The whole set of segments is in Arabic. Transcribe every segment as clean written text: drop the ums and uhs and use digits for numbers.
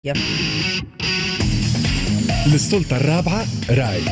يب. للسلطة الرابعة راي.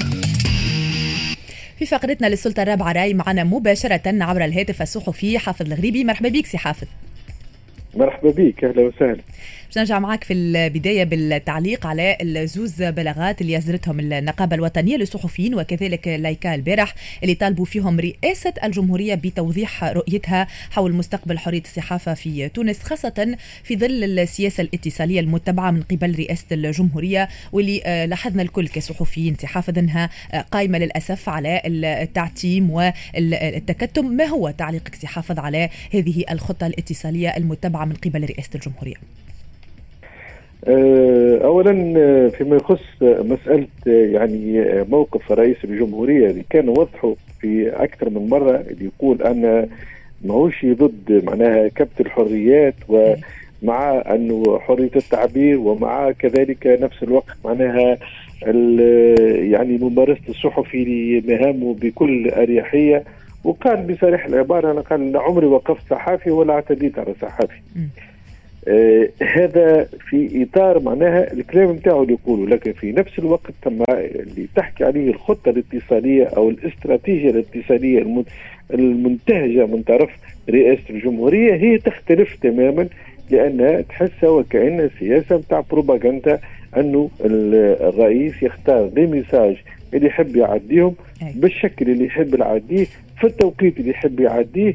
في فقرتنا للسلطة الرابعة راي معنا مباشرة عبر الهاتف الصحفي حافظ الغريبي. مرحبا بك سي حافظ. مرحبا بك، أهلا وسهلا. باش نرجع معك في البداية بالتعليق على الزوز بلاغات اللي أصدرتهم النقابة الوطنية للصحفيين وكذلك لايكا البارح، اللي طالبوا فيهم رئاسة الجمهورية بتوضيح رؤيتها حول مستقبل حرية الصحافة في تونس، خاصة في ظل السياسة الاتصالية المتبعة من قبل رئاسة الجمهورية، واللي لاحظنا الكل كصحفيين سي حافظ أنها قائمة للأسف على التعتيم والتكتم. ما هو تعليقك سي حافظ على هذه الخطة الاتصالية المتبعة من قبل رئاسة الجمهورية؟ أولا فيما يخص مسألة يعني موقف رئيس الجمهورية اللي كان وضحه في أكثر من مرة، اللي يقول أن ماهوش ضد معناها كبت الحريات ومع أنه حرية التعبير، ومع كذلك نفس الوقت معناها يعني ممارسة الصحفي لمهامه بكل أريحية. وقال بصريح العبارة، أنا قال عمري وقفت صحافي ولا اعتديت على صحافي. هذا في إطار معناها الكلام نتاعو اللي يقوله، لكن في نفس الوقت تم اللي تحكي عليه الخطة الاتصالية أو الاستراتيجية الاتصالية المنتهجة من طرف رئاسة الجمهورية هي تختلف تماما، لأنها تحسها وكأن سياسة متاع بروباغندا، أنه الرئيس يختار دي ميساج اللي يحب يعديهم بالشكل اللي يحب يعديه في التوقيت اللي يحب يعديه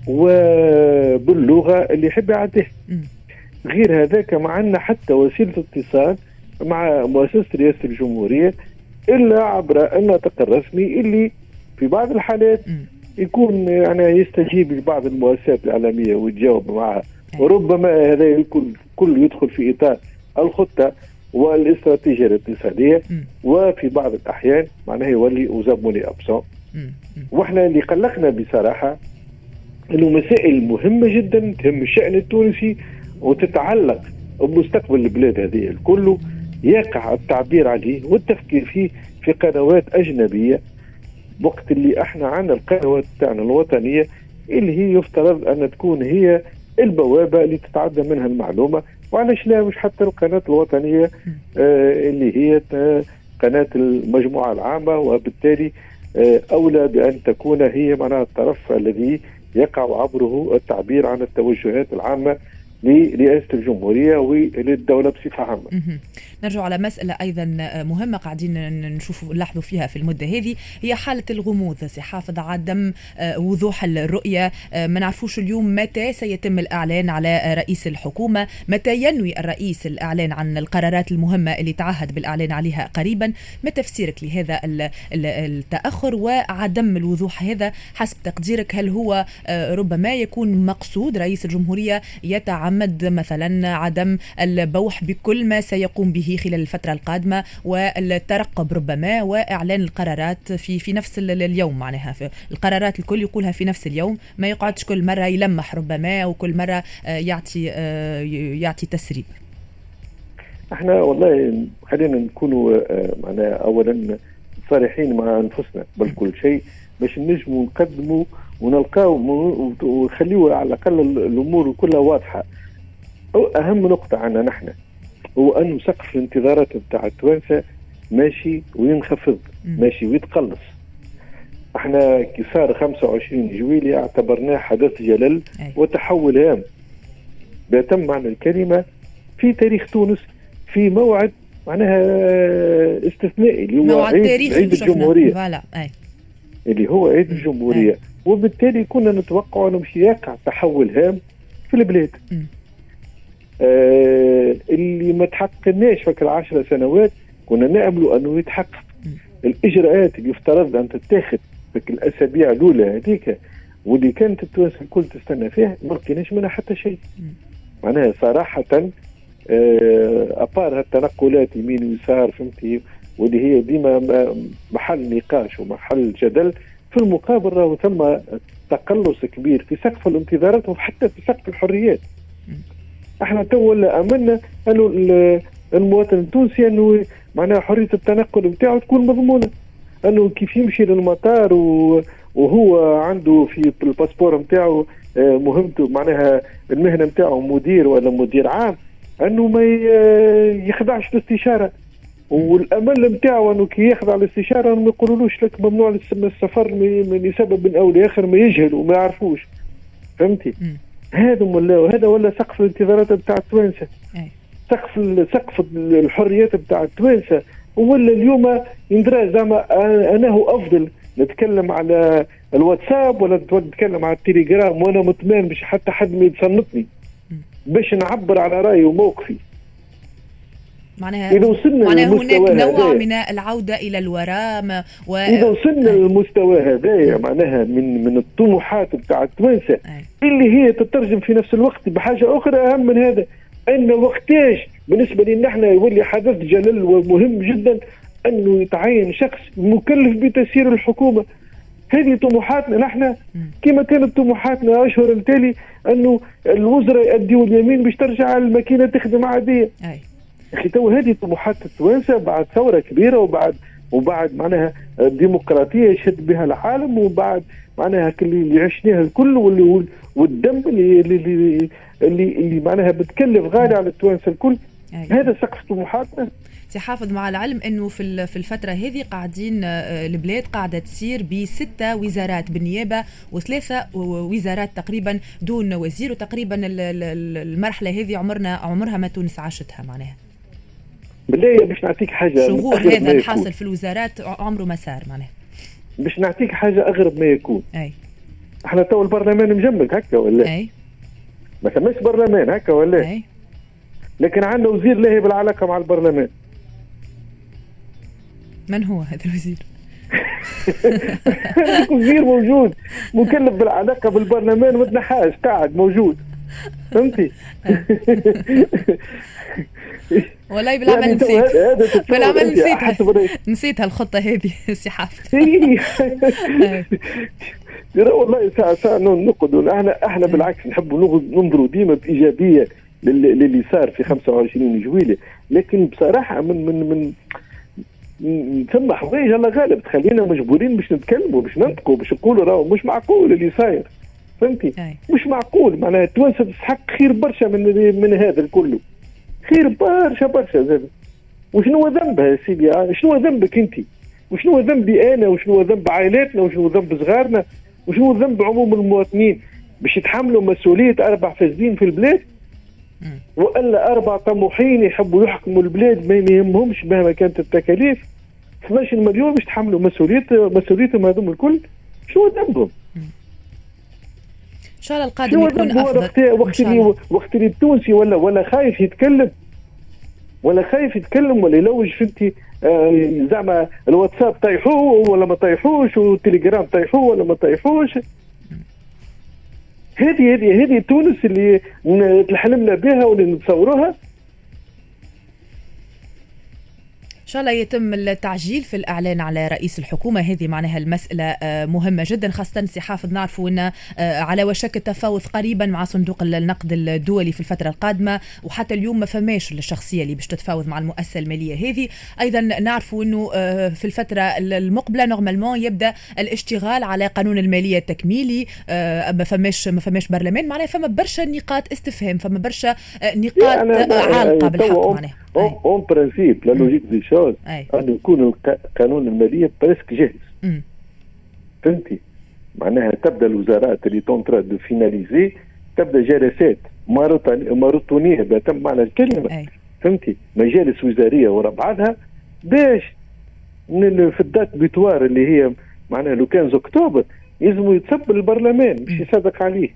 وباللغة اللي يحب يعديه. غير هذاك ما عندنا حتى وسيلة اتصال مع مؤسسة رئاسة الجمهورية إلا عبر الناطق الرسمي، اللي في بعض الحالات يكون يعني يستجيب لبعض المؤسسات الإعلامية ويتجاوب معها، وربما هذا يكون كل يدخل في إطار الخطة والاستراتيجية الاتصالية، وفي بعض الأحيان معناه يولي وزموني أبسون. وإحنا اللي قلقنا بصراحة إنه مسائل مهمة جدا تهم الشأن التونسي وتتعلق بمستقبل البلاد هذه الكل يقع التعبير عليه والتفكير فيه في قنوات أجنبية، وقت اللي احنا عندنا القنوات تاعنا الوطنية اللي هي يفترض أن تكون هي البوابة اللي تتعدى منها المعلومة. وعلاش لا مش حتى القناة الوطنية اللي هي قناة المجموعة العامة، وبالتالي أولى بأن تكون هي معناها الطرف الذي يقع عبره التعبير عن التوجهات العامة لرئاسة الجمهورية وللدولة بصفة عامة. نرجع على مسألة أيضا مهمة قاعدين نلاحظوا فيها في المدة هذه، هي حالة الغموض سي حافظ، عدم وضوح الرؤية. ما نعرفوش اليوم متى سيتم الإعلان على رئيس الحكومة، متى ينوي الرئيس الإعلان عن القرارات المهمة اللي تعهد بالإعلان عليها قريبا. ما تفسيرك لهذا التأخر وعدم الوضوح هذا حسب تقديرك؟ هل هو ربما يكون مقصود رئيس الجمهورية يتعمد مثلا عدم البوح بكل ما سيقوم به خلال الفترة القادمة والترقب ربما وإعلان القرارات في نفس اليوم؟ معناها في القرارات الكل يقولها في نفس اليوم، ما يقعدش كل مرة يلمح ربما وكل مرة يعطي تسريب. احنا والله خلينا نكونوا معنا أولا صريحين مع أنفسنا بالكل شيء باش نجموا نقدموا ونلقاو ونخليوا على الأقل الأمور كلها واضحة. أهم نقطة عنا نحن هو أنه سقف الانتظارات بتاع التوانسة ماشي وينخفض، ماشي ويتقلص. احنا كي صار 25 جويلية اعتبرناه حدث جلل وتحول هام بيتم معنى الكلمة في تاريخ تونس، في موعد معناها استثنائي اللي هو عيد الجمهورية، اللي هو عيد الجمهورية. وبالتالي كنا نتوقع أنه مش يقع تحول هام في البلاد اللي ما تحققناش في 10 سنوات. كنا نأمل أنه يتحقق الإجراءات اللي يفترض أن تتخذ في الأسابيع الأولى هذيك واللي كانت التوانسة الكل تستنى فيها، ما لقيناش منها حتى شيء. معناها صراحة أبار هالتنقلات يمين ويسار فهمتي، واللي هي ديما محل نقاش ومحل جدل، في المقابل راهو ثم تقلص كبير في سقف الانتظارات وحتى في سقف الحريات. احنا تو ولا املنا انه المواطن التونسي انه معناها حريه التنقل بتاعه تكون مضمونه، انه كيف يمشي للمطار وهو عنده في الباسبور بتاعه مهمته معناها المهنه بتاعه مدير ولا مدير عام، انه ما يخضعش الاستشاره، والامل نتاعو انه كي يخضع الاستشاره ما يقولولوش لك ممنوع السفر لسبب او لاخر ما يجهل وما يعرفوش. فهمتي؟ هذا ولا سقف الانتظارات بتاع التوانسه، سقف الحريات بتاع التوانسه. ولا اليوم يندرى زعما انا هو افضل نتكلم على الواتساب ولا نتكلم على التليجرام وانا مطمئن باش حتى حد ما يتصنتني باش نعبر على رايي وموقفي. معناها هناك نوع من العودة إلى الوراء إذا وصلنا للمستوى هذا معناها من الطموحات بتاع التوانسة اللي هي تترجم في نفس الوقت بحاجة أخرى أهم من هذا، أن وقتاش بالنسبة لنا احنا يولي حدث جلل ومهم جدا أنه يتعين شخص مكلف بتسيير الحكومة. هذه طموحاتنا نحن كما كانت طموحاتنا أشهر التالي أنه الوزراء يأديوا اليمين باش ترجع الماكينة تخدم عادية. أخي تو هذه طموحات التوانسة بعد ثورة كبيرة وبعد معناها ديمقراطية يشهد بها العالم، وبعد معناها اللي عشناها الكل والدم اللي معناها بتكلف غالي على التوانسة الكل. هذا سقف طموحاتنا. سي حافظ، مع العلم انه في الفتره هذه قاعدين البلاد قاعده تسير ب6 وزارات بالنيابه و3 وزارات تقريبا دون وزير، وتقريبا المرحله هذه عمرها ما تونس عاشتها. معناها بالله باش نعطيك حاجه، شهور هذا الحاصل في الوزارات عمره ما صار. معناها باش نعطيك حاجه اغرب ما يكون. احنا تو البرلمان مجمد هكا ولا ما ثماش برلمان هكا ولا لكن عندنا وزير لاهي بالعلاقه مع البرلمان. من هو هذا الوزير؟ وزير موجود مكلف بالعلاقه بالبرلمان وتنحاش قاعد موجود. فهمتي؟ والله بالعمل نسيتها الخطه هذه سي حافظ. والله ساعة نقعد احنا بالعكس نحب ننظروا ديما بايجابيه للي صار في 25 جويلة، لكن بصراحه من ثم حوايج الله غالب تخلينا مجبورين باش نتكلموا باش ننطقوا باش نقولوا راهو مش معقول اللي صاير. فهمتي؟ مش معقول. معناها التوانسه تستحق خير برشا من هذا الكل، خير برشا زاد. وشنو ذنبها يا سيدي؟ شنو ذنبك انت؟ وشنو ذنبي انا؟ وشنو ذنب عائلاتنا؟ وشنو ذنب صغارنا؟ وشنو ذنب عموم المواطنين باش يتحملوا مسؤوليه 4 فاسدين في البلاد؟ والا 4 طموحين يحبوا يحكموا البلاد ما يهمهمش مهما كانت التكاليف. 12 مليون باش يتحملوا مسؤوليتهم هذوم الكل. شو ذنبهم؟ ان شاء الله القادم يكون افضل. وقت اللي التونسي ولا خايف يتكلم ولا يلوج فهمتي زعما الواتساب طيحوه ولا ما طيحوش والتليجرام طيحوه ولا ما طيحوش. هذه تونس اللي حلمنا بها واللي نتصوروها. إن شاء الله يتم التعجيل في الإعلان على رئيس الحكومة. هذه معناها المسألة مهمة جدا، خاصة سي حافظ نعرفوا أن على وشك التفاوض قريبا مع صندوق النقد الدولي في الفترة القادمة، وحتى اليوم ما فماش الشخصية اللي باش تتفاوض مع المؤسسة المالية هذه. أيضا نعرفوا أنه في الفترة المقبلة نورمالمون يبدأ الاشتغال على قانون المالية التكميلي. ما فماش برلمان، معناها فما برشا نقاط استفهام، فما برشا نقاط عالقة بالحق. معناها اون برانسيب لا لوجيك دي شوز انه يكون القانون الماليه بريسك جاهز. فهمتي؟ معناها تبدا الوزارات اللي تونترا دو فيناليزي، تبدا جلسات ماراثونيه بتم معنى الكلمه. فهمتي؟ مجالس وزاريه ورا بعضها باش في الدات بيتوار اللي هي معناها لو كان اكتوبر يلزموا يتصب البرلمان باش يصدق عليه.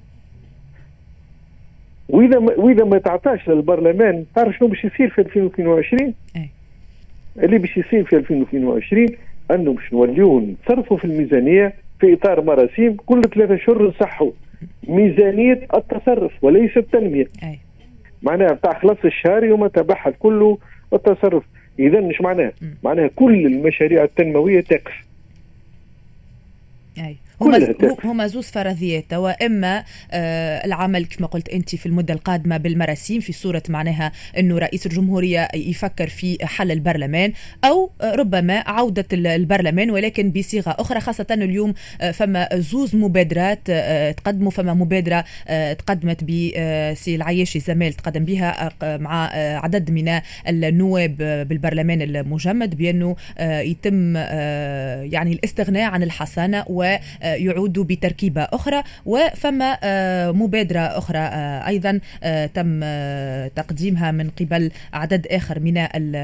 واذا ما تعطاش للبرلمان تعرف شنو باش يصير في 2022؟ اللي باش يصير في 2022 انه باش نوليو نتصرفوا في الميزانيه في اطار مراسيم كل 3 شهور نصحوا ميزانيه التصرف وليس التنميه. معناها بتاع خلاص الشهر يوم تبعها كله التصرف. اذا مش معناها كل المشاريع التنمويه تقف. هما زوز فرضيات، واما العمل كما قلت انت في المده القادمه بالمراسيم في صوره معناها انه رئيس الجمهوريه يفكر في حل البرلمان، او ربما عوده البرلمان ولكن بصيغه اخرى، خاصه اليوم فما زوز مبادرات تقدموا. فما مبادره تقدمت بسي العياشي زمال تقدم بها مع عدد من النواب بالبرلمان المجمد بانه يتم يعني الاستغناء عن الحصانه ويعودوا بتركيبه اخرى. وفما مبادره اخرى ايضا تم تقديمها من قبل عدد اخر من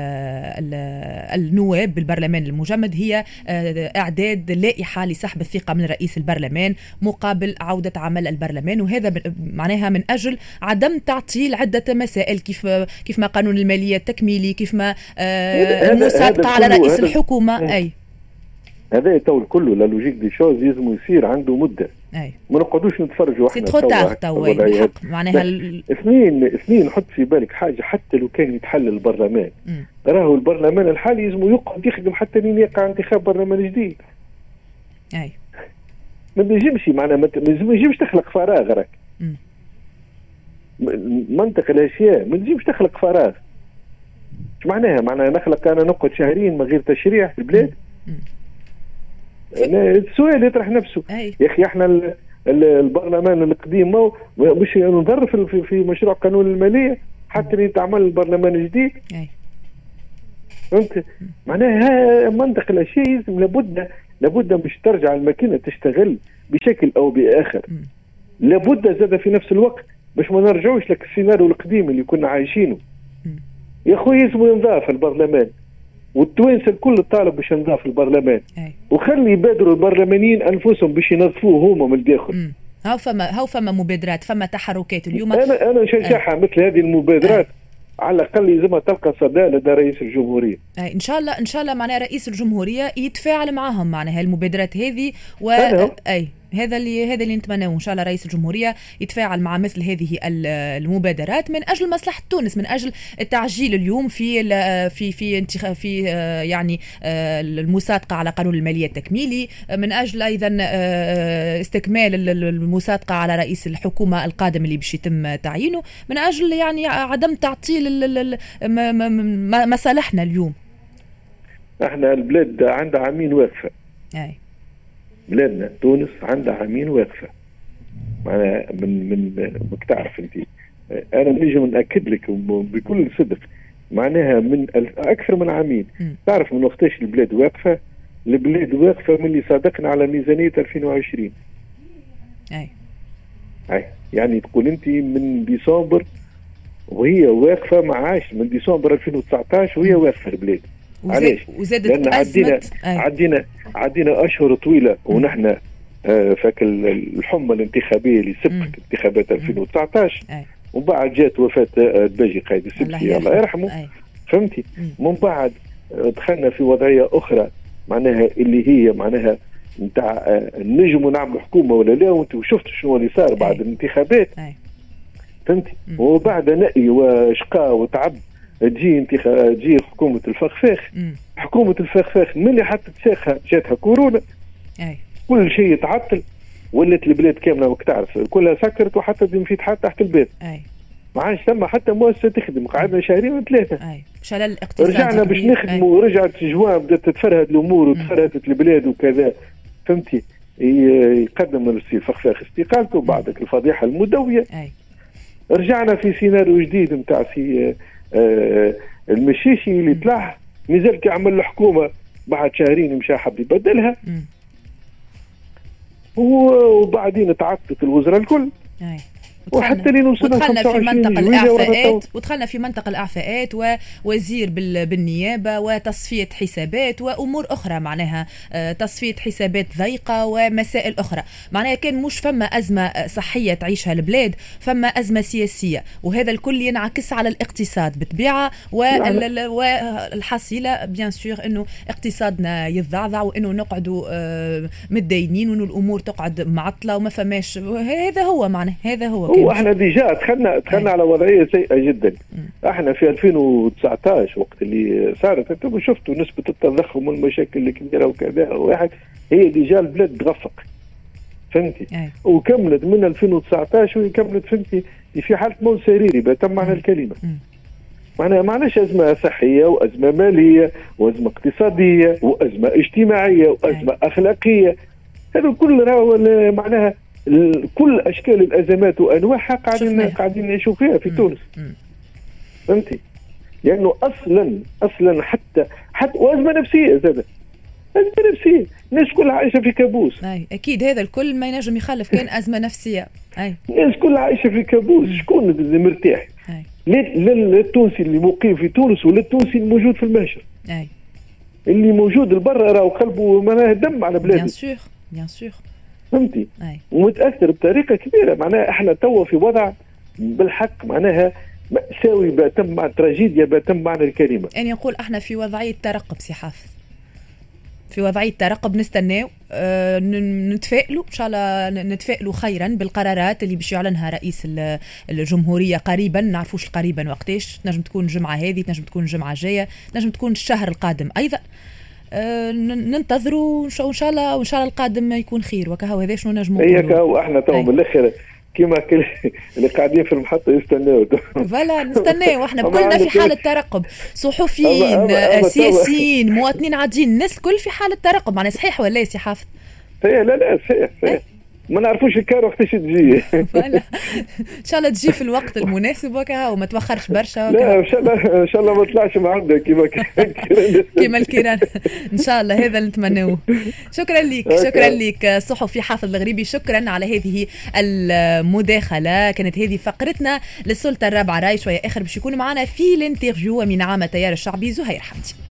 النواب بالبرلمان المجمد، هي اعداد لائحه لسحب الثقه من رئيس البرلمان مقابل عوده عمل البرلمان، وهذا معناها من اجل عدم تعطيل عده مسائل كيف ما قانون الماليه التكميلي، كيف ما المسابقه على رئيس الحكومه. اي هذا تو كله لا لوجيك دي شوز لازم يصير عنده مده. اي ما نقعدوش نتفرجوا احنا بالحق معناها اثنين حط في بالك حاجه، حتى لو كان يتحل البرلمان راهو البرلمان الحالي لازم يقعد يخدم حتى لين يقع انتخاب برلمان جديد. اي ما نجمش معناها ما نجمش تخلق فراغ راك منطق الاشياء، ما نجمش تخلق فراغ. ايش معناها نخلق انا نقعد شهرين من غير تشريع في البلاد؟ السؤال يطرح نفسه. يا اخي احنا البرلمان القديم مش نضر في مشروع قانون الماليه حتى يتعمل البرلمان الجديد. فهمت معناها منطق الاشياء لازم لابد مش ترجع الماكينه تشتغل بشكل او باخر. لابد زاد في نفس الوقت باش ما نرجعوش لك السيناريو القديم اللي كنا عايشينه. يا اخوي لازم ينضاف البرلمان، والتوانسه الكل طالب باش ينضاف البرلمان. وخلي يبادروا البرلمانيين انفسهم باش ينظفوه هما من الداخل. هاو فما مبادرات، فما تحركات اليوم. انا شجعها مثل هذه المبادرات على الاقل لازم تلقى صدى لدى رئيس الجمهوريه. ان شاء الله معناها رئيس الجمهوريه يتفاعل معهم معناها المبادرات هذه هذا اللي نتمناه ان شاء الله. رئيس الجمهوريه يتفاعل مع مثل هذه المبادرات من اجل مصلحه تونس، من اجل التعجيل اليوم في يعني المسابقه على قانون الماليه التكميلي، من اجل ايضا استكمال المسابقه على رئيس الحكومه القادم اللي باش يتم تعيينه، من اجل يعني عدم تعطيل مصالحنا اليوم. احنا البلاد عندها عامين واقفه. بلادنا تونس عندها عامين واقفه معناها من تعرف انت، انا نجم ناكد لك بكل صدق معناها من اكثر من عامين. تعرف من وقتاش البلاد واقفه من اللي صادقنا على ميزانيه 2020. يعني تقول انت من ديسمبر وهي واقفه، ما عاش من ديسمبر 2019 وهي واقفه البلاد. علاش؟ وزادت عدينا اشهر طويله ونحن فاك الحمى الانتخابيه اللي سبقت انتخابات 2019 ومن بعد جات وفاه الباجي قايد السبكي الله يرحمه. فهمتي؟ من بعد دخلنا في وضعيه اخرى معناها اللي هي معناها نتاع نجم نعمل حكومه ولا لا، وانت شفت شنو اللي صار بعد الانتخابات. فهمتي؟ وبعد نأي وشقاء وتعب تجي حكومة الفخفاخ. حكومة الفخفاخ ملي حتى تساخها جاتها كورونا. كل شيء يتعطل، ولت البلاد كاملة وك تعرف كلها سكرت وحتى مشيت حتى تحت البيت. ما عادش ثم حتى مؤسسة تخدم، قعدنا شهرين وثلاثة. شلل الاقتصاد رجعنا باش نخدموا ورجعت جوان بدأت تتفرهد الأمور وتفرهدت البلاد وكذا. فهمتي؟ يقدم السي الفخفاخ استقالته بعدك الفضيحة المدوية. رجعنا في سيناريو جديد نتاع سي المشيشي اللي طلع نزل كيعمل الحكومه بعد شهرين مشى حب يبدلها. وبعدين تعطت الوزراء الكل. وحتى لين وصلنا في منطقة الإعفاءات، ودخلنا في منطقة الإعفاءات ووزير بالنيابة وتصفية حسابات وأمور أخرى معناها تصفية حسابات ضيقة ومسائل أخرى. معناها كان مش فما أزمة صحية تعيشها البلاد، فما أزمة سياسية، وهذا الكل ينعكس على الاقتصاد بالطبيعة. والحصيلة بيان سور أنه اقتصادنا يتضعضع وأنه نقعدوا متدينين وأنه الأمور تقعد معطلة وما فماش. هذا هو معناه، هذا هو. احنا ديجا دخلنا على وضعيه سيئه جدا. احنا في 2019 وقت اللي صارت انتم شفتوا نسبه التضخم والمشاكل الكبيره وكذا واحد، هي ديجا البلاد تغفق. فهمتي. وكملت من 2019 وهي كملت فهمتي في حاله موت سريري بتم معنى الكلمه. معناها معناش ازمه صحيه وازمه ماليه وازمه اقتصاديه وازمه اجتماعيه وازمه اخلاقيه. هذا كل راهو معناها كل اشكال الازمات وانواعها قاعدين نعيشوا فيها في تونس. فهمتي؟ لانه اصلا حتى وازمه نفسيه زاده. ازمه نفسيه، الناس كلها عايشه في كابوس. اكيد هذا الكل ما ينجم يخلف كان ازمه نفسيه. الناس كلها عايشه في كابوس. شكون اللي مرتاح؟ لا التونسي اللي مقيم في تونس ولا التونسي الموجود في المهجر. اللي موجود البرا راهو قلبه معناها دم على بلاده. بيان سور فهمتي؟ ومتاثر بطريقه كبيره. معناها احنا توا في وضع بالحق معناها مأساوي باتم مع تراجيديا باتم معنى الكلمه. يعني يقول احنا في وضعيه ترقب سي حافظ، في وضعيه ترقب، نستناو نتفائلوا ان شاء الله، نتفائلوا خيرا بالقرارات اللي باش يعلنها رئيس الجمهوريه قريبا. نعرفوش قريبا وقتاش، نجم تكون الجمعه هذه، نجم تكون الجمعه الجايه، نجم تكون الشهر القادم ايضا. ننتظروا وان شاء الله القادم يكون خير. وكهو هذا شنو نجموا نقولوا. هيك احنا تو من الاخر كما اللي قاعدين في المحطه يستناو فوالا نستناو احنا كلنا في حاله ترقب، صحفيين، سياسيين، مواطنين عاديين، الناس الكل في حاله ترقب. معناها صحيح ولا سي حافظ؟ لا صحيح. ما نعرفوش الكار وقتاش تجي. فوالا ان شاء الله تجي في الوقت المناسب وكا وما توخرش برشا. لا ان شاء الله ما طلعش ما عندك كيما الكيران ان شاء الله. هذا اللي نتمنوه. شكرا لك الصحفي حافظ الغريبي، شكرا على هذه المداخله. كانت هذه فقرتنا للسلطه الرابعه راي. شويه اخر باش يكون معنا في الانترفيو من عام التيار الشعبي زهير حمدي.